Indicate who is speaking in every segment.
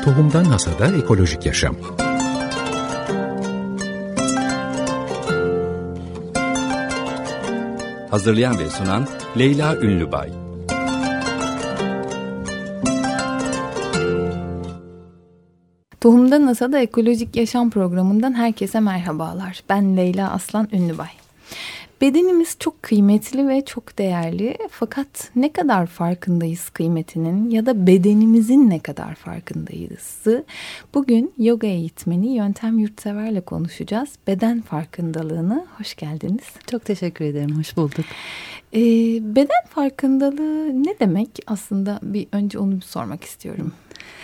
Speaker 1: Tohumdan Hasada Ekolojik Yaşam.
Speaker 2: Hazırlayan ve sunan Leyla Ünlübay.
Speaker 3: Tohumdan Hasada Ekolojik Yaşam programından herkese merhabalar. Ben Leyla Aslan Ünlübay. Bedenimiz çok kıymetli ve çok değerli, fakat ne kadar farkındayız kıymetinin ya da bedenimizin ne kadar farkındayız? Bugün yoga eğitmeni Yöntem Yurtsever'le konuşacağız. Beden farkındalığını. Hoş geldiniz.
Speaker 4: Çok teşekkür ederim, hoş bulduk.
Speaker 3: Beden farkındalığı ne demek? Aslında bir önce onu bir sormak istiyorum.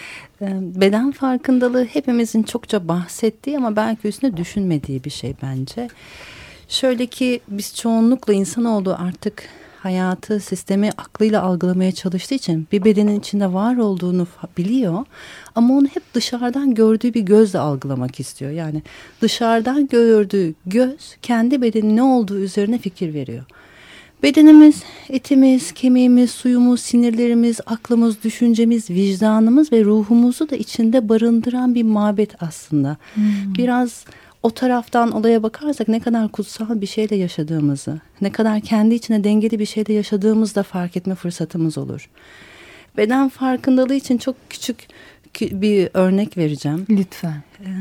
Speaker 4: Beden farkındalığı hepimizin çokça bahsettiği ama belki üstüne düşünmediği bir şey bence. Şöyle ki biz çoğunlukla insanoğlu artık hayatı, sistemi aklıyla algılamaya çalıştığı için bir bedenin içinde var olduğunu biliyor. Ama onu hep dışarıdan gördüğü bir gözle algılamak istiyor. Yani dışarıdan gördüğü göz kendi bedenin ne olduğu üzerine fikir veriyor. Bedenimiz, etimiz, kemiğimiz, suyumuz, sinirlerimiz, aklımız, düşüncemiz, vicdanımız ve ruhumuzu da içinde barındıran bir mabet aslında. Biraz o taraftan olaya bakarsak ne kadar kutsal bir şeyle yaşadığımızı, ne kadar kendi içine dengeli bir şeyle yaşadığımızı da fark etme fırsatımız olur. Beden farkındalığı için çok küçük bir örnek vereceğim.
Speaker 3: Lütfen.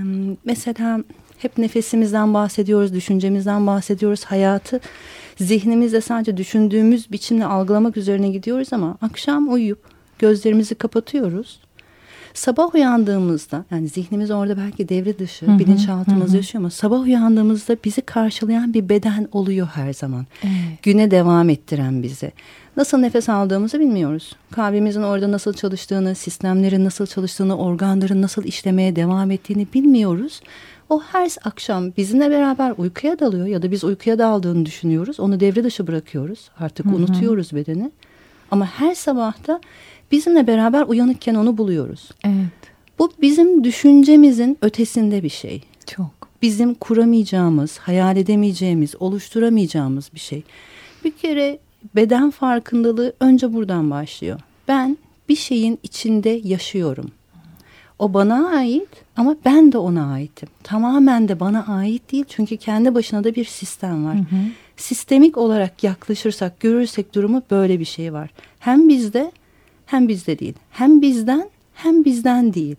Speaker 4: Mesela hep nefesimizden bahsediyoruz, düşüncemizden bahsediyoruz, hayatı zihnimizde sadece düşündüğümüz biçimle algılamak üzerine gidiyoruz ama akşam uyuyup gözlerimizi kapatıyoruz. Sabah uyandığımızda, yani zihnimiz orada belki devre dışı, bilinçaltımız yaşıyor ama sabah uyandığımızda bizi karşılayan bir beden oluyor her zaman. Evet. Güne devam ettiren bizi. Nasıl nefes aldığımızı bilmiyoruz. Kalbimizin orada nasıl çalıştığını, sistemlerin nasıl çalıştığını, organların nasıl işlemeye devam ettiğini bilmiyoruz. O her akşam bizimle beraber uykuya dalıyor ya da biz uykuya daldığını düşünüyoruz. Onu devre dışı bırakıyoruz. Artık unutuyoruz bedeni. Ama her sabah da bizimle beraber uyanıkken onu buluyoruz.
Speaker 3: Evet.
Speaker 4: Bu bizim düşüncemizin ötesinde bir şey.
Speaker 3: Çok.
Speaker 4: Bizim kuramayacağımız, hayal edemeyeceğimiz, oluşturamayacağımız bir şey. Bir kere beden farkındalığı önce buradan başlıyor. Ben bir şeyin içinde yaşıyorum. O bana ait ama ben de ona aitim. Tamamen de bana ait değil çünkü kendi başına da bir sistem var. Sistemik olarak yaklaşırsak, görürsek durumu böyle bir şey var. Hem bizde hem bizde değil. Hem bizden hem bizden değil.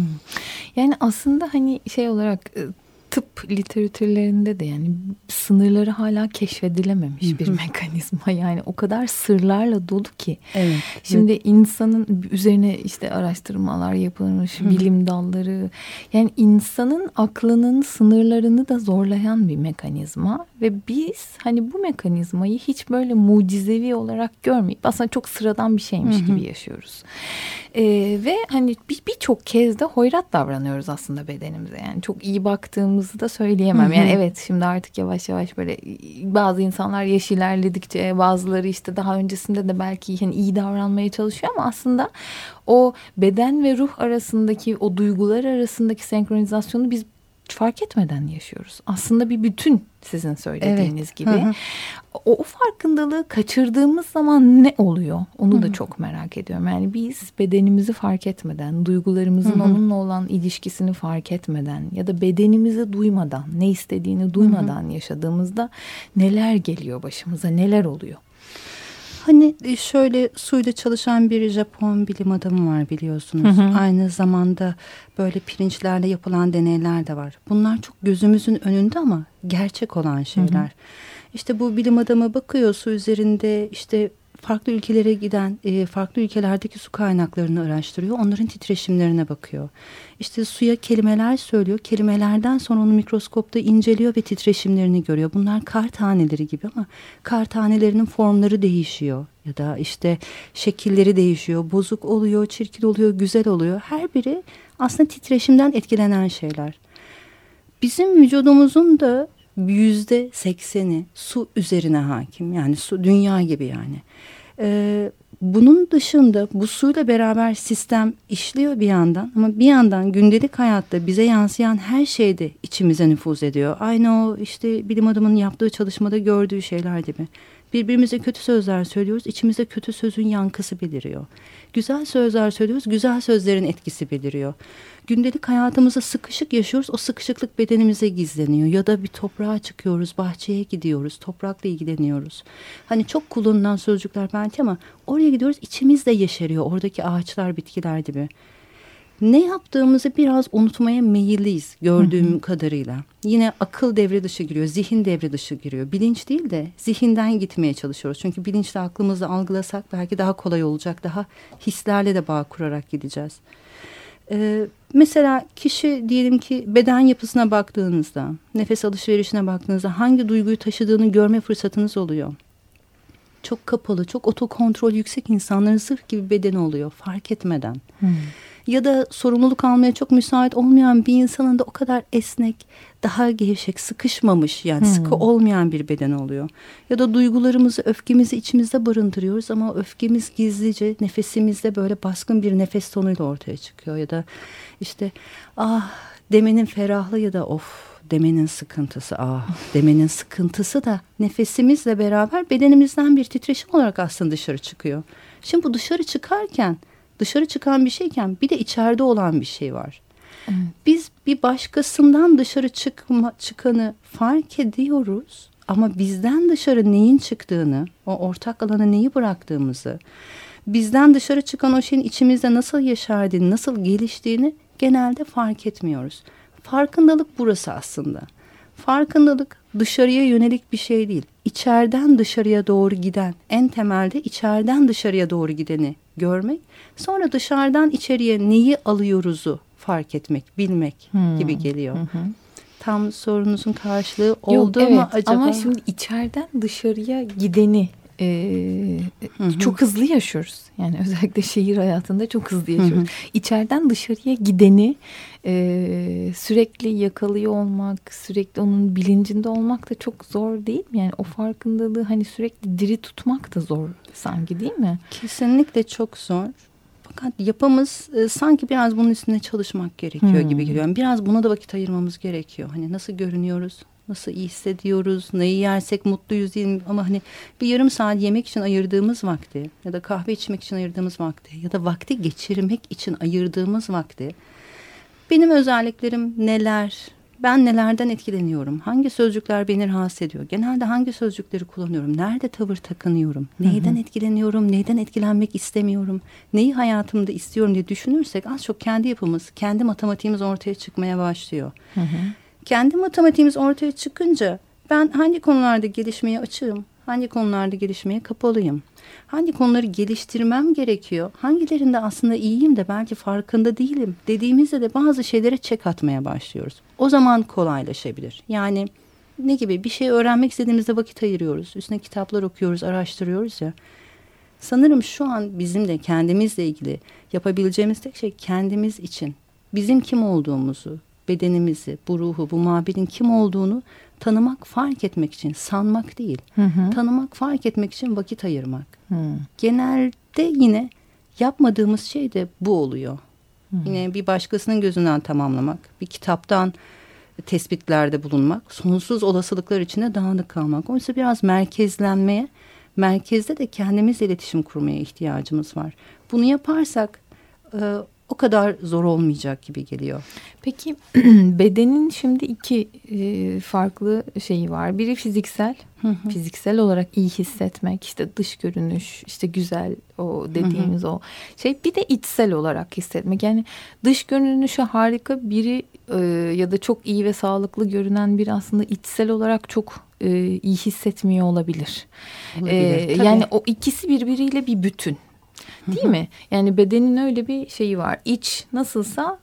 Speaker 3: Yani aslında hani şey olarak tıp literatürlerinde de yani sınırları hala keşfedilememiş bir mekanizma. Yani o kadar sırlarla dolu ki.
Speaker 4: Evet.
Speaker 3: Şimdi insanın üzerine işte araştırmalar yapılmış, bilim dalları. Yani insanın aklının sınırlarını da zorlayan bir mekanizma. Ve biz hani bu mekanizmayı hiç böyle mucizevi olarak görmeyip aslında çok sıradan bir şeymiş gibi yaşıyoruz. Ve hani birçok kez de hoyrat davranıyoruz aslında bedenimize. Yani çok iyi baktığımızı da söyleyemem. Yani evet, şimdi artık yavaş yavaş böyle bazı insanlar yaş ilerledikçe, bazıları işte daha öncesinde de belki hani iyi davranmaya çalışıyor ama aslında o beden ve ruh arasındaki, o duygular arasındaki senkronizasyonu biz fark etmeden yaşıyoruz. Aslında bir bütün, sizin söylediğiniz gibi. O farkındalığı kaçırdığımız zaman ne oluyor? Onu da çok merak ediyorum. Yani biz bedenimizi fark etmeden, duygularımızın onunla olan ilişkisini fark etmeden ya da bedenimizi duymadan, ne istediğini duymadan yaşadığımızda neler geliyor başımıza, neler oluyor?
Speaker 4: Hani şöyle suyla çalışan bir Japon bilim adamı var, biliyorsunuz. Aynı zamanda böyle pirinçlerle yapılan deneyler de var. Bunlar çok gözümüzün önünde ama gerçek olan şeyler. İşte bu bilim adamı bakıyor su üzerinde, işte farklı ülkelere giden, farklı ülkelerdeki su kaynaklarını araştırıyor. Onların titreşimlerine bakıyor. İşte suya kelimeler söylüyor. Kelimelerden sonra onu mikroskopta inceliyor ve titreşimlerini görüyor. Bunlar kar taneleri gibi ama kar tanelerinin formları değişiyor. Ya da işte şekilleri değişiyor. Bozuk oluyor, çirkin oluyor, güzel oluyor. Her biri aslında titreşimden etkilenen şeyler. Bizim vücudumuzun da %80'i su üzerine hakim. Yani su dünya gibi yani. Bunun dışında bu suyla beraber sistem işliyor bir yandan ama bir yandan gündelik hayatta bize yansıyan her şey de içimize nüfuz ediyor. Aynı o işte bilim adamının yaptığı çalışmada gördüğü şeyler gibi. Birbirimize kötü sözler söylüyoruz. İçimizde kötü sözün yankısı beliriyor. Güzel sözler söylüyoruz. Güzel sözlerin etkisi beliriyor. Gündelik hayatımızda sıkışık yaşıyoruz. O sıkışıklık bedenimize gizleniyor. Ya da bir toprağa çıkıyoruz, bahçeye gidiyoruz, toprakla ilgileniyoruz. Hani çok kullanılan sözcükler belki ama oraya gidiyoruz, içimiz de yeşeriyor. Oradaki ağaçlar, bitkiler gibi. Ne yaptığımızı biraz unutmaya meyilliyiz gördüğüm kadarıyla. Yine akıl devre dışı giriyor, zihin devre dışı giriyor. Bilinç değil de zihinden gitmeye çalışıyoruz. Çünkü bilinçle aklımızla algılasak belki daha kolay olacak. Daha hislerle de bağ kurarak gideceğiz. Mesela kişi diyelim ki beden yapısına baktığınızda, nefes alışverişine baktığınızda hangi duyguyu taşıdığını görme fırsatınız oluyor. Çok kapalı, çok otokontrol yüksek insanların zırh gibi bedeni oluyor fark etmeden. Ya da sorumluluk almaya çok müsait olmayan bir insanın da o kadar esnek, daha gevşek, sıkışmamış yani sıkı olmayan bir beden oluyor. Ya da duygularımızı, öfkemizi içimizde barındırıyoruz ama öfkemiz gizlice nefesimizde böyle baskın bir nefes tonuyla ortaya çıkıyor. Ya da işte demenin ferahlığı ya da demenin sıkıntısı, demenin sıkıntısı da nefesimizle beraber bedenimizden bir titreşim olarak aslında dışarı çıkıyor. Şimdi bu dışarı çıkan bir şeyken bir de içeride olan bir şey var. Evet. Biz bir başkasından dışarı çıkanı fark ediyoruz ama bizden dışarı neyin çıktığını, o ortak alana neyi bıraktığımızı, bizden dışarı çıkan o şeyin içimizde nasıl yeşerdiğini, nasıl geliştiğini genelde fark etmiyoruz. Farkındalık burası aslında. Farkındalık dışarıya yönelik bir şey değil. İçeriden dışarıya doğru giden, en temelde içeriden dışarıya doğru gideni görmek, sonra dışarıdan içeriye neyi alıyoruzu fark etmek, bilmek gibi geliyor. Tam sorunuzun karşılığı oldu mu acaba? Ama
Speaker 3: şimdi içeriden dışarıya gideni çok hızlı yaşıyoruz. Yani özellikle şehir hayatında çok hızlı yaşıyoruz. İçeriden dışarıya gideni sürekli yakalıyor olmak, sürekli onun bilincinde olmak da çok zor değil mi? Yani o farkındalığı hani sürekli diri tutmak da zor sanki, değil mi?
Speaker 4: Kesinlikle çok zor. Fakat yapımız sanki biraz bunun üstüne çalışmak gerekiyor gibi geliyor. Yani biraz buna da vakit ayırmamız gerekiyor. Hani nasıl görünüyoruz? Nasıl iyi hissediyoruz, neyi yersek mutluyuz değil mi? Ama hani bir yarım saat yemek için ayırdığımız vakti ya da kahve içmek için ayırdığımız vakti ya da vakti geçirmek için ayırdığımız vakti, benim özelliklerim neler, ben nelerden etkileniyorum, hangi sözcükler beni rahatsız ediyor, genelde hangi sözcükleri kullanıyorum, nerede tavır takınıyorum, neyden etkileniyorum, neyden etkilenmek istemiyorum, neyi hayatımda istiyorum diye düşünürsek az çok kendi yapımız, kendi matematiğimiz ortaya çıkmaya başlıyor. Kendi matematiğimiz ortaya çıkınca ben hangi konularda gelişmeye açığım, hangi konularda gelişmeye kapalıyım, hangi konuları geliştirmem gerekiyor, hangilerinde aslında iyiyim de belki farkında değilim dediğimizde de bazı şeylere çek atmaya başlıyoruz. O zaman kolaylaşabilir. Yani ne gibi bir şey öğrenmek istediğimizde vakit ayırıyoruz, üstüne kitaplar okuyoruz, araştırıyoruz ya. Sanırım şu an bizim de kendimizle ilgili yapabileceğimiz tek şey kendimiz için, bizim kim olduğumuzu, bedenimizi, bu ruhu, bu mabedin kim olduğunu tanımak, fark etmek için, sanmak değil. Tanımak, fark etmek için vakit ayırmak. Genelde yine yapmadığımız şey de bu oluyor. Yine bir başkasının gözünden tamamlamak, bir kitaptan tespitlerde bulunmak, sonsuz olasılıklar içinde dağınık kalmak. Oysa biraz merkezlenmeye, merkezde de kendimizle iletişim kurmaya ihtiyacımız var. Bunu yaparsak o kadar zor olmayacak gibi geliyor.
Speaker 3: Peki bedenin şimdi iki farklı şeyi var. Biri fiziksel, fiziksel olarak iyi hissetmek, işte dış görünüş, işte güzel o dediğimiz o şey. Bir de içsel olarak hissetmek. Yani dış görünüşü harika biri ya da çok iyi ve sağlıklı görünen biri aslında içsel olarak çok iyi hissetmiyor olabilir. Yani o ikisi birbiriyle bir bütün. Değil mi? Yani bedenin öyle bir şeyi var. İç nasılsa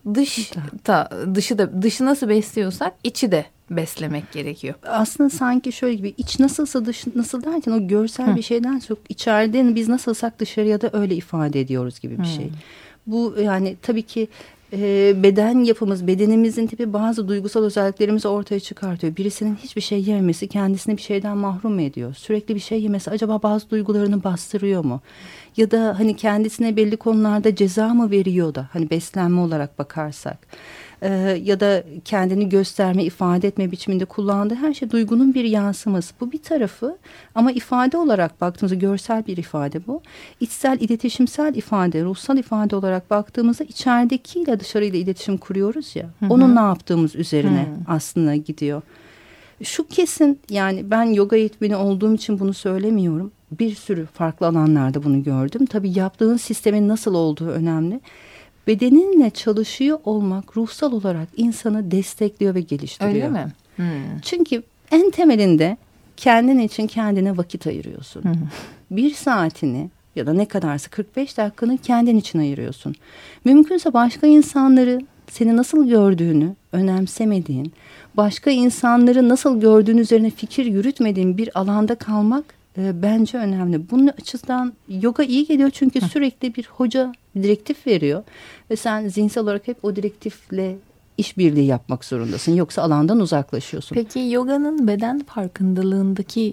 Speaker 3: dışı nasıl besliyorsak içi de beslemek gerekiyor.
Speaker 4: Aslında sanki şöyle gibi, iç nasılsa dış nasıl derken o görsel bir şeyden çok içeriden biz nasılsak dışarıya da öyle ifade ediyoruz gibi bir şey. Bu yani tabii ki beden yapımız, bedenimizin tipi bazı duygusal özelliklerimizi ortaya çıkartıyor. Birisinin hiçbir şey yememesi kendisini bir şeyden mahrum mu ediyor? Sürekli bir şey yemesi acaba bazı duygularını bastırıyor mu? Ya da hani kendisine belli konularda ceza mı veriyor da hani beslenme olarak bakarsak. ya da kendini gösterme, ifade etme biçiminde kullandığı her şey duygunun bir yansıması. Bu bir tarafı, ama ifade olarak baktığımızda görsel bir ifade bu. İçsel, iletişimsel ifade, ruhsal ifade olarak baktığımızda içeridekiyle dışarıyla iletişim kuruyoruz ya. Onun ne yaptığımız üzerine aslında gidiyor. Şu kesin, yani ben yoga eğitmeni olduğum için bunu söylemiyorum. Bir sürü farklı alanlarda bunu gördüm. Tabii yaptığın sistemin nasıl olduğu önemli. Bedeninle çalışıyor olmak ruhsal olarak insanı destekliyor ve geliştiriyor.
Speaker 3: Öyle mi?
Speaker 4: Çünkü en temelinde kendin için kendine vakit ayırıyorsun. Bir saatini ya da ne kadarsa 45 dakikanı kendin için ayırıyorsun. Mümkünse başka insanları seni nasıl gördüğünü önemsemediğin, başka insanları nasıl gördüğün üzerine fikir yürütmediğin bir alanda kalmak bence önemli. Bunun açısından yoga iyi geliyor çünkü sürekli bir hoca direktif veriyor ve sen zihinsel olarak hep o direktifle işbirliği yapmak zorundasın. Yoksa alandan uzaklaşıyorsun.
Speaker 3: Peki yoganın beden farkındalığındaki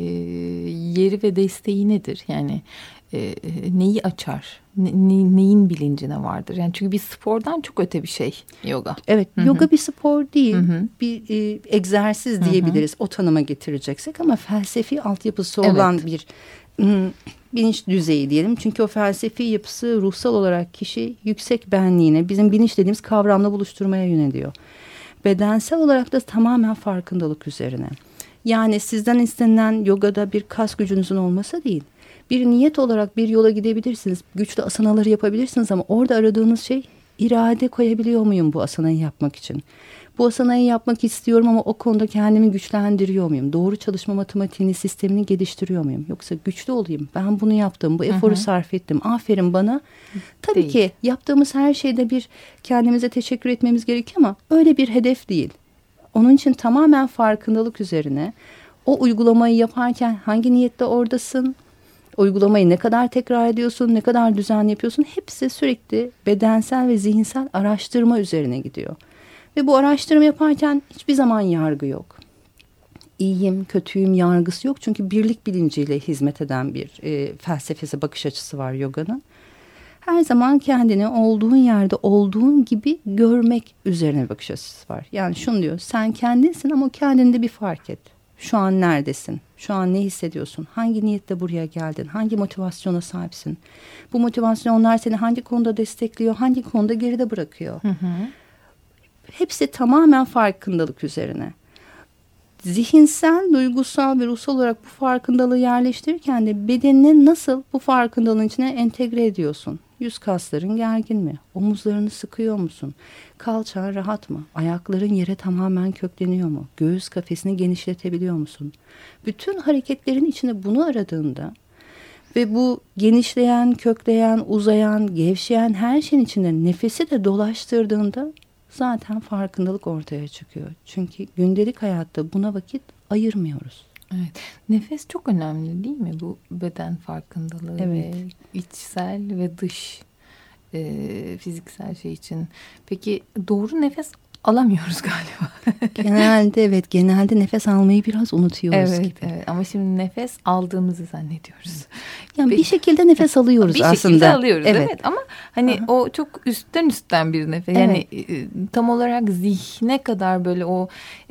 Speaker 3: yeri ve desteği nedir? Yani neyi açar? Neyin bilincine vardır? Yani çünkü bir spordan çok öte bir şey yoga.
Speaker 4: Evet, yoga bir spor değil, bir egzersiz diyebiliriz o tanıma getireceksek, ama felsefi altyapısı olan bir bilinç düzeyi diyelim. Çünkü o felsefi yapısı ruhsal olarak kişi yüksek benliğine, bizim bilinç dediğimiz kavramla buluşturmaya yöneliyor. Bedensel olarak da tamamen farkındalık üzerine. Yani sizden istenilen yogada bir kas gücünüzün olması değil. Bir niyet olarak bir yola gidebilirsiniz. Güçlü asanaları yapabilirsiniz ama orada aradığınız şey irade koyabiliyor muyum bu asanayı yapmak için? Bu asanayı yapmak istiyorum ama o konuda kendimi güçlendiriyor muyum? Doğru çalışma matematiğini, sistemini geliştiriyor muyum? Yoksa güçlü olayım, ben bunu yaptım, bu eforu sarf ettim, aferin bana. Tabii değil. Ki yaptığımız her şeyde bir kendimize teşekkür etmemiz gerekiyor ama öyle bir hedef değil. Onun için tamamen farkındalık üzerine o uygulamayı yaparken hangi niyetle oradasın? Uygulamayı ne kadar tekrar ediyorsun, ne kadar düzenli yapıyorsun? Hepsi sürekli bedensel ve zihinsel araştırma üzerine gidiyor. Ve bu araştırma yaparken hiçbir zaman yargı yok. İyiyim, kötüyüm yargısı yok. Çünkü birlik bilinciyle hizmet eden bir felsefesi, bakış açısı var yoganın. Her zaman kendini olduğun yerde olduğun gibi görmek üzerine bir bakış açısı var. Yani şunu diyor, sen kendinsin ama kendinde bir fark et. Şu an neredesin? Şu an ne hissediyorsun? Hangi niyetle buraya geldin? Hangi motivasyona sahipsin? Bu motivasyonlar seni hangi konuda destekliyor? Hangi konuda geride bırakıyor? Hepsi tamamen farkındalık üzerine. Zihinsel, duygusal ve ruhsal olarak bu farkındalığı yerleştirirken de bedenine nasıl bu farkındalığın içine entegre ediyorsun? Yüz kasların gergin mi? Omuzlarını sıkıyor musun? Kalçan rahat mı? Ayakların yere tamamen kökleniyor mu? Göğüs kafesini genişletebiliyor musun? Bütün hareketlerin içinde bunu aradığında ve bu genişleyen, kökleyen, uzayan, gevşeyen her şeyin içinde nefesi de dolaştırdığında zaten farkındalık ortaya çıkıyor. Çünkü gündelik hayatta buna vakit ayırmıyoruz.
Speaker 3: Evet. Nefes çok önemli değil mi bu beden farkındalığı ve içsel ve dış fiziksel şey için. Peki doğru nefes alamıyoruz galiba.
Speaker 4: Genelde nefes almayı biraz unutuyoruz gibi.
Speaker 3: Evet, ama şimdi nefes aldığımızı zannediyoruz.
Speaker 4: Yani bir şekilde nefes alıyoruz aslında. Bir şekilde
Speaker 3: alıyoruz evet ama hani o çok üstten bir nefes. Yani tam olarak zihne kadar böyle o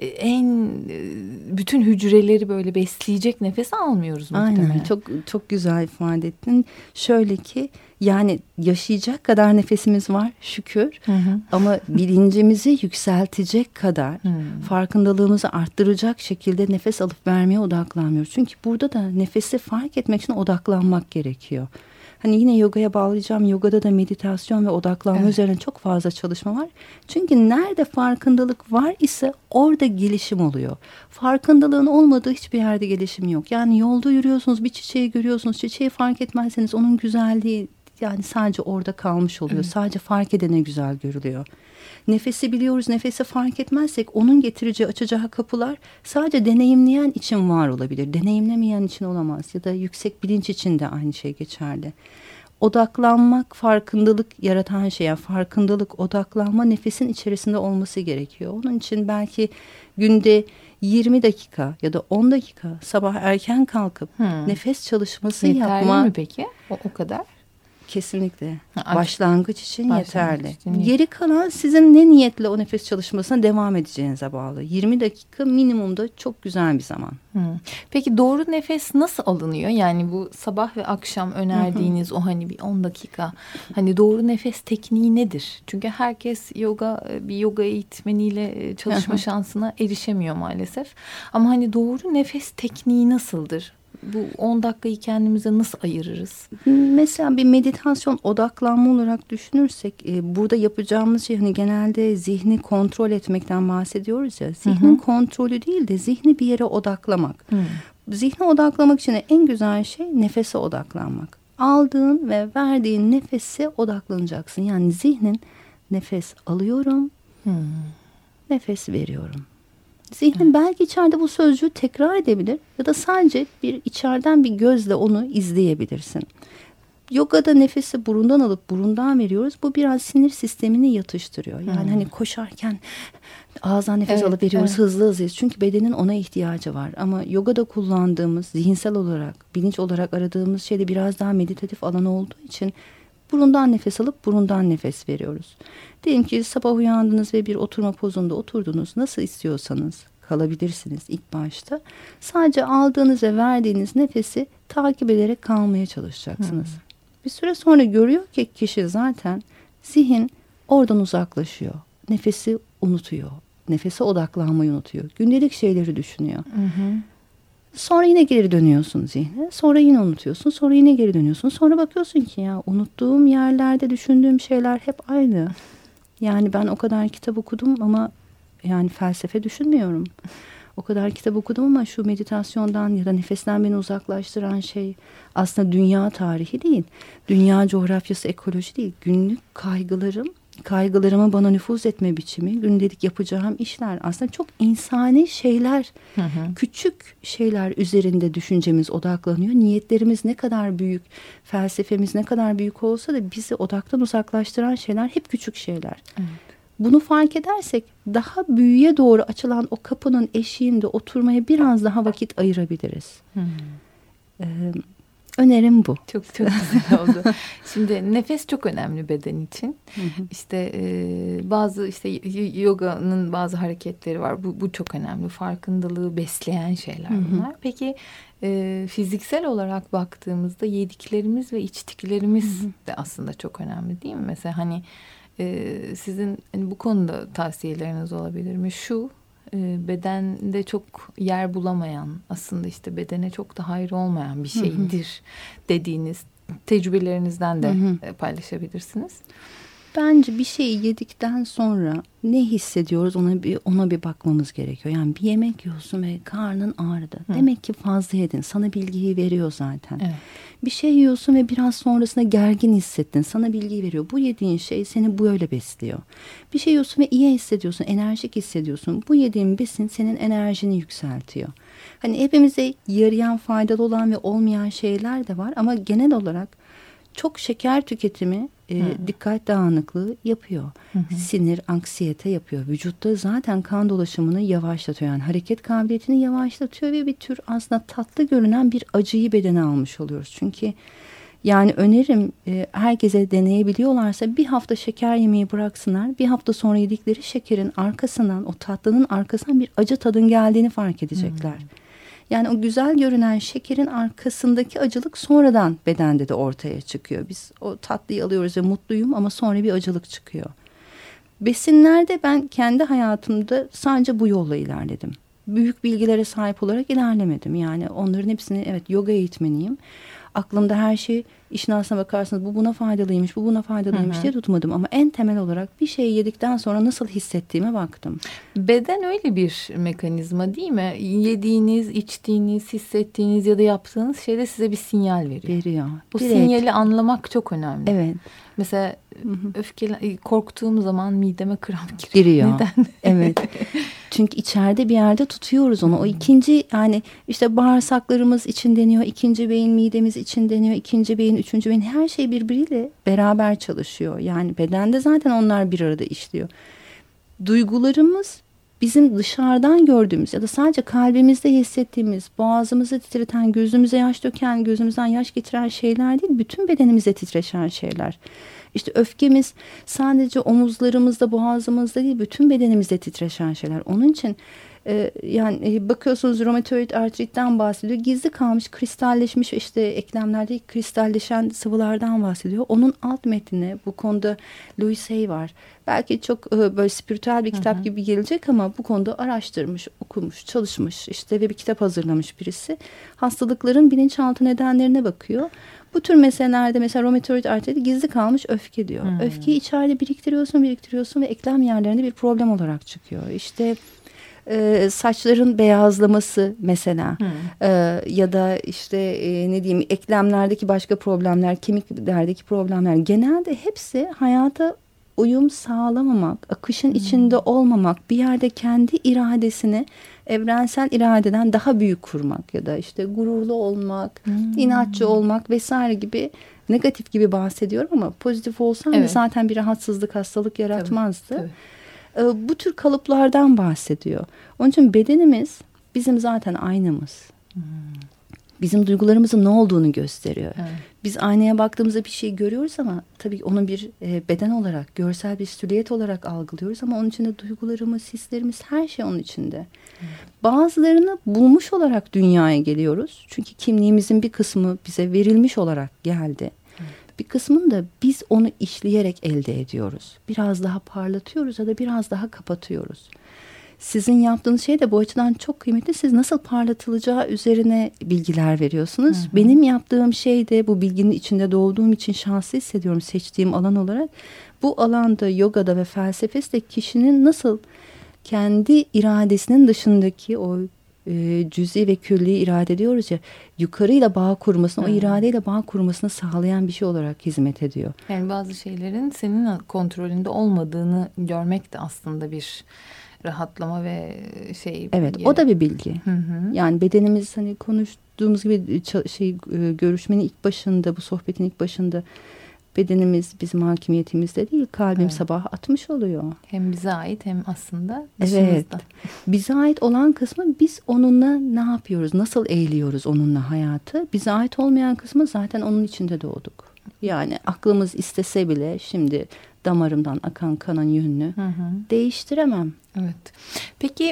Speaker 3: bütün hücreleri böyle besleyecek nefes almıyoruz muhtemelen.
Speaker 4: Aynen, çok güzel ifade ettin. Şöyle ki, yani yaşayacak kadar nefesimiz var şükür. Ama bilincimizi yükseltecek kadar, farkındalığımızı arttıracak şekilde nefes alıp vermeye odaklanmıyoruz. Çünkü burada da nefesi fark etmek için odaklanmak gerekiyor. Hani yine yogaya bağlayacağım. Yogada da meditasyon ve odaklanma üzerine çok fazla çalışma var. Çünkü nerede farkındalık var ise orada gelişim oluyor. Farkındalığın olmadığı hiçbir yerde gelişim yok. Yani yolda yürüyorsunuz, bir çiçeği görüyorsunuz. Çiçeği fark etmezseniz onun güzelliği yani sadece orada kalmış oluyor. Sadece fark edene güzel görülüyor. Nefesi biliyoruz, nefesi fark etmezsek onun getireceği, açacağı kapılar sadece deneyimleyen için var olabilir. Deneyimlemeyen için olamaz. Ya da yüksek bilinç için de aynı şey geçerli. Odaklanmak, farkındalık yaratan şey. Yani farkındalık, odaklanma nefesin içerisinde olması gerekiyor. Onun için belki günde 20 dakika ya da 10 dakika sabah erken kalkıp nefes çalışması
Speaker 3: yeterli
Speaker 4: yapmak.
Speaker 3: mi peki? O kadar?
Speaker 4: Kesinlikle. Başlangıç için yeterli.
Speaker 3: Için
Speaker 4: Geri kalan sizin ne niyetle o nefes çalışmasına devam edeceğinize bağlı. 20 dakika minimumda çok güzel bir zaman.
Speaker 3: Peki doğru nefes nasıl alınıyor? Yani bu sabah ve akşam önerdiğiniz o hani bir 10 dakika hani doğru nefes tekniği nedir? Çünkü herkes bir yoga eğitmeniyle çalışma şansına erişemiyor maalesef. Ama hani doğru nefes tekniği nasıldır? Bu 10 dakikayı kendimize nasıl ayırırız?
Speaker 4: Mesela bir meditasyon odaklanma olarak düşünürsek burada yapacağımız şey hani genelde zihni kontrol etmekten bahsediyoruz ya. Zihnin kontrolü değil de zihni bir yere odaklamak. Zihne odaklamak için en güzel şey nefese odaklanmak. Aldığın ve verdiğin nefese odaklanacaksın. Yani zihnin nefes alıyorum, nefes veriyorum. Zihnin belki içeride bu sözcüğü tekrar edebilir ya da sadece içeriden bir gözle onu izleyebilirsin. Yogada nefesi burundan alıp burundan veriyoruz. Bu biraz sinir sistemini yatıştırıyor. Yani hani koşarken ağızdan nefes alıp veriyoruz, hızlı hızlı. Çünkü bedenin ona ihtiyacı var. Ama yogada kullandığımız zihinsel olarak, bilinç olarak aradığımız şey de biraz daha meditatif alan olduğu için burundan nefes alıp burundan nefes veriyoruz. Diyelim ki sabah uyandınız ve bir oturma pozunda oturdunuz. Nasıl istiyorsanız kalabilirsiniz ilk başta. Sadece aldığınız ve verdiğiniz nefesi takip ederek kalmaya çalışacaksınız. Bir süre sonra görüyor ki kişi zaten zihin oradan uzaklaşıyor. Nefesi unutuyor. Nefese odaklanmayı unutuyor. Gündelik şeyleri düşünüyor. Sonra yine geri dönüyorsun zihne. Sonra yine unutuyorsun. Sonra yine geri dönüyorsun. Sonra bakıyorsun ki ya unuttuğum yerlerde düşündüğüm şeyler hep aynı. Yani ben o kadar kitap okudum ama yani felsefe düşünmüyorum. O kadar kitap okudum ama şu meditasyondan ya da nefesten beni uzaklaştıran şey aslında dünya tarihi değil. Dünya coğrafyası, ekoloji değil. Günlük kaygılarıma bana nüfuz etme biçimi, gündelik yapacağım işler aslında çok insani şeyler, küçük şeyler üzerinde düşüncemiz odaklanıyor. Niyetlerimiz ne kadar büyük, felsefemiz ne kadar büyük olsa da bizi odaktan uzaklaştıran şeyler hep küçük şeyler. Evet. Bunu fark edersek daha büyüye doğru açılan o kapının eşiğinde oturmaya biraz daha vakit ayırabiliriz. Önerim bu.
Speaker 3: Çok güzel oldu. Şimdi nefes çok önemli beden için. İşte bazı yoganın bazı hareketleri var. Bu çok önemli. Farkındalığı besleyen şeyler bunlar. Peki fiziksel olarak baktığımızda yediklerimiz ve içtiklerimiz de aslında çok önemli değil mi? Mesela hani sizin hani bu konuda tavsiyeleriniz olabilir mi? Bedende çok yer bulamayan, aslında işte bedene çok da hayır olmayan bir şeydir dediğiniz tecrübelerinizden de paylaşabilirsiniz.
Speaker 4: Bence bir şeyi yedikten sonra ne hissediyoruz ona bir bakmamız gerekiyor. Yani bir yemek yiyorsun ve karnın ağrıdı. Demek ki fazla yedin. Sana bilgiyi veriyor zaten. Evet. Bir şey yiyorsun ve biraz sonrasında gergin hissettin. Sana bilgiyi veriyor. Bu yediğin şey seni böyle besliyor. Bir şey yiyorsun ve iyi hissediyorsun, enerjik hissediyorsun. Bu yediğin besin senin enerjini yükseltiyor. Hani hepimize yarayan, faydalı olan ve olmayan şeyler de var. Ama genel olarak çok şeker tüketimi dikkat dağınıklığı yapıyor. Sinir, anksiyete yapıyor. Vücutta zaten kan dolaşımını yavaşlatıyor. Yani hareket kabiliyetini yavaşlatıyor ve bir tür aslında tatlı görünen bir acıyı bedene almış oluyoruz. Çünkü yani önerim herkese deneyebiliyorlarsa bir hafta şeker yemeyi bıraksınlar. Bir hafta sonra yedikleri şekerin arkasından, o tatlının arkasından bir acı tadın geldiğini fark edecekler. Yani o güzel görünen şekerin arkasındaki acılık sonradan bedende de ortaya çıkıyor. Biz o tatlıyı alıyoruz ve mutluyum ama sonra bir acılık çıkıyor. Besinlerde ben kendi hayatımda sadece bu yolla ilerledim. Büyük bilgilere sahip olarak ilerlemedim. Yani onların hepsini yoga eğitmeniyim. Aklımda her şey işin aslına bakarsanız bu buna faydalıymış, bu buna faydalıymış diye tutmadım. Ama en temel olarak bir şeyi yedikten sonra nasıl hissettiğime baktım.
Speaker 3: Beden öyle bir mekanizma değil mi? Yediğiniz, içtiğiniz, hissettiğiniz ya da yaptığınız şeyde size bir sinyal veriyor. Bu sinyali anlamak çok önemli. Evet. Mesela korktuğum zaman mideme kramp giriyor. Neden?
Speaker 4: Evet. Çünkü içeride bir yerde tutuyoruz onu. O ikinci yani işte bağırsaklarımız için deniyor, ikinci beyin midemiz için deniyor, ikinci beyin, üçüncü beyin, her şey birbiriyle beraber çalışıyor. Yani bedende zaten onlar bir arada işliyor. Duygularımız bizim dışarıdan gördüğümüz ya da sadece kalbimizde hissettiğimiz, boğazımızı titreten, gözümüze yaş döken, gözümüzden yaş getiren şeyler değil, bütün bedenimize titreşen şeyler. İşte öfkemiz sadece omuzlarımızda, boğazımızda değil, bütün bedenimizde titreşen şeyler. Onun için yani bakıyorsunuz romatoid artritten bahsediyor. Gizli kalmış, kristalleşmiş, işte eklemlerde kristalleşen sıvılardan bahsediyor. Onun alt metnine bu konuda Louis Hay var. Belki çok böyle spiritüel bir kitap gibi gelecek ama bu konuda araştırmış, okumuş, çalışmış işte ve bir kitap hazırlamış birisi. Hastalıkların bilinçaltı nedenlerine bakıyor. Bu tür meselelerde mesela romatoid artrit gizli kalmış öfke diyor. Öfkeyi içeride biriktiriyorsun ve eklem yerlerinde bir problem olarak çıkıyor. İşte saçların beyazlaması mesela ya da işte ne diyeyim eklemlerdeki başka problemler, kemiklerdeki problemler, genelde hepsi hayata uyum sağlamamak, akışın içinde olmamak, bir yerde kendi iradesini evrensel iradeden daha büyük kurmak ya da işte gururlu olmak, inatçı olmak vesaire gibi negatif gibi bahsediyorum ama pozitif olsam zaten bir rahatsızlık, hastalık yaratmazdı. Tabii. Bu tür kalıplardan bahsediyor. Onun için bedenimiz bizim zaten aynamız. Bizim duygularımızın ne olduğunu gösteriyor. Evet. Biz aynaya baktığımızda bir şey görüyoruz ama tabii onu bir beden olarak, görsel bir silüet olarak algılıyoruz ama onun içinde duygularımız, hislerimiz, her şey onun içinde. Evet. Bazılarını bulmuş olarak dünyaya geliyoruz. Çünkü kimliğimizin bir kısmı bize verilmiş olarak geldi. Bir kısmını da biz onu işleyerek elde ediyoruz. Biraz daha parlatıyoruz ya da biraz daha kapatıyoruz. Sizin yaptığınız şey de bu açıdan çok kıymetli. Siz nasıl parlatılacağı üzerine bilgiler veriyorsunuz. Benim yaptığım şey de bu bilginin içinde doğduğum için şanslı hissediyorum seçtiğim alan olarak. Bu alanda yogada ve felsefesi kişinin nasıl kendi iradesinin dışındaki o cüzi ve külli irade diyoruz ya, yukarıyla bağ kurmasını, o iradeyle bağ kurmasını sağlayan bir şey olarak hizmet ediyor.
Speaker 3: Yani bazı şeylerin senin kontrolünde olmadığını görmek de aslında bir rahatlama ve şey.
Speaker 4: Evet, o da bir bilgi. Yani bedenimiz hani konuştuğumuz gibi görüşmenin ilk başında, bu sohbetin ilk başında bedenimiz bizim hakimiyetimizde değil, kalbim sabah atmış oluyor.
Speaker 3: Hem bize ait hem aslında dışımızda.
Speaker 4: Evet. Bize ait olan kısmı biz onunla ne yapıyoruz, nasıl eğiliyoruz onunla hayatı. Bize ait olmayan kısmı zaten onun içinde doğduk. Yani aklımız istese bile şimdi damarımdan akan kanın yönünü değiştiremem.
Speaker 3: Evet. Peki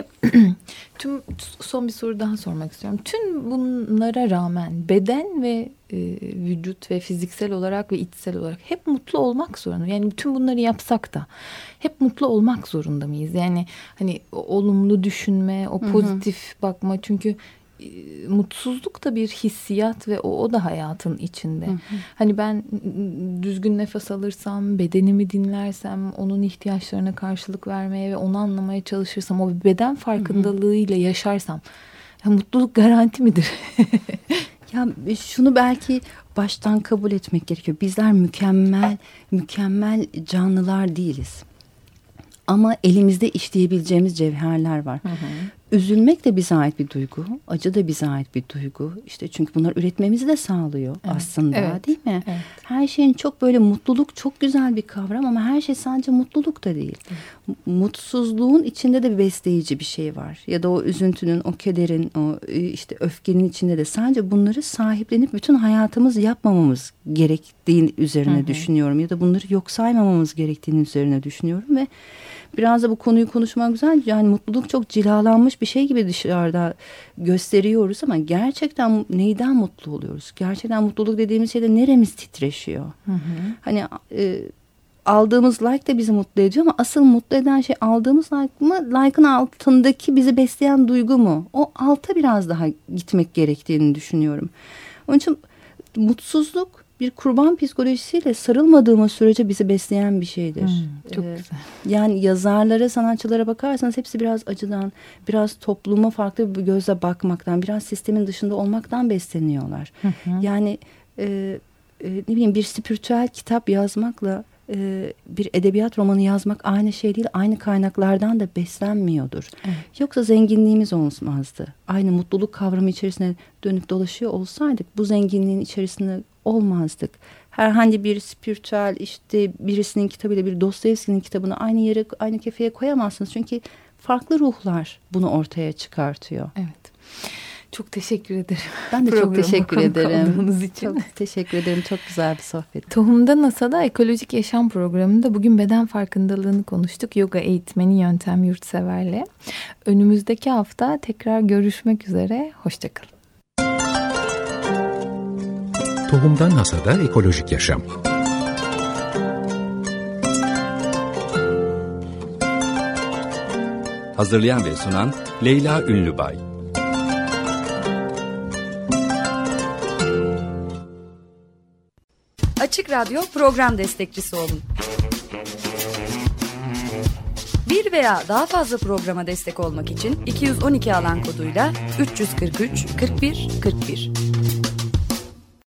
Speaker 3: son bir soru daha sormak istiyorum. Tüm bunlara rağmen beden ve vücut ve fiziksel olarak ve içsel olarak hep mutlu olmak zorunda. Yani bütün bunları yapsak da hep mutlu olmak zorunda mıyız? Yani hani olumlu düşünme, o pozitif bakma, çünkü mutsuzluk da bir hissiyat ve o da hayatın içinde. Hani ben düzgün nefes alırsam, bedenimi dinlersem, onun ihtiyaçlarına karşılık vermeye ve onu anlamaya çalışırsam, o beden farkındalığıyla yaşarsam mutluluk garanti midir?
Speaker 4: Ya şunu belki baştan kabul etmek gerekiyor. Bizler mükemmel canlılar değiliz. Ama elimizde işleyebileceğimiz cevherler var. Üzülmek de bize ait bir duygu. Acı da bize ait bir duygu. İşte çünkü bunlar üretmemizi de sağlıyor aslında, değil mi? Evet. Her şeyin çok böyle, mutluluk çok güzel bir kavram ama her şey sadece mutluluk da değil. Mutsuzluğun içinde de bir besleyici bir şey var. Ya da o üzüntünün, o kederin, o işte öfkenin içinde de sadece bunları sahiplenip bütün hayatımız yapmamamız gerektiğini üzerine düşünüyorum. Ya da bunları yok saymamamız gerektiğini üzerine düşünüyorum ve biraz da bu konuyu konuşmak güzel. Yani mutluluk çok cilalanmış bir şey gibi dışarıda gösteriyoruz ama gerçekten neyden mutlu oluyoruz? Gerçekten mutluluk dediğimiz şeyde neremiz titreşiyor? Hani aldığımız like de bizi mutlu ediyor ama asıl mutlu eden şey aldığımız like mı? Like'ın altındaki bizi besleyen duygu mu? O alta biraz daha gitmek gerektiğini düşünüyorum. Onun için mutsuzluk bir kurban psikolojisiyle sarılmadığımız sürece bizi besleyen bir şeydir.
Speaker 3: Çok güzel.
Speaker 4: Yani yazarlara, sanatçılara bakarsanız hepsi biraz acıdan, biraz topluma farklı bir gözle bakmaktan, biraz sistemin dışında olmaktan besleniyorlar. Yani ne bileyim, bir spiritüel kitap yazmakla bir edebiyat romanı yazmak aynı şey değil, aynı kaynaklardan da beslenmiyordur. Yoksa zenginliğimiz olmazdı. Aynı mutluluk kavramı içerisine dönüp dolaşıyor olsaydık bu zenginliğin içerisinde olmazdık. Herhangi bir spiritüel işte birisinin kitabıyla bir Dostoyevski'nin kitabını aynı yere, aynı kefeye koyamazsınız. Çünkü farklı ruhlar bunu ortaya çıkartıyor.
Speaker 3: Evet. Çok teşekkür ederim.
Speaker 4: Ben de çok teşekkür ederim.
Speaker 3: Için.
Speaker 4: Çok teşekkür ederim. Çok güzel bir sohbet.
Speaker 3: Tohumda NASA'da Ekolojik Yaşam programında bugün beden farkındalığını konuştuk. Yoga eğitmeni Yöntem Yurtsever'le. Önümüzdeki hafta tekrar görüşmek üzere. Hoşçakalın.
Speaker 1: Tohumda NASA'da Ekolojik Yaşam.
Speaker 2: Hazırlayan ve sunan Leyla Ünlübay.
Speaker 5: Açık Radyo program destekçisi olun. Bir veya daha fazla programa destek olmak için 212 alan koduyla 343 41 41.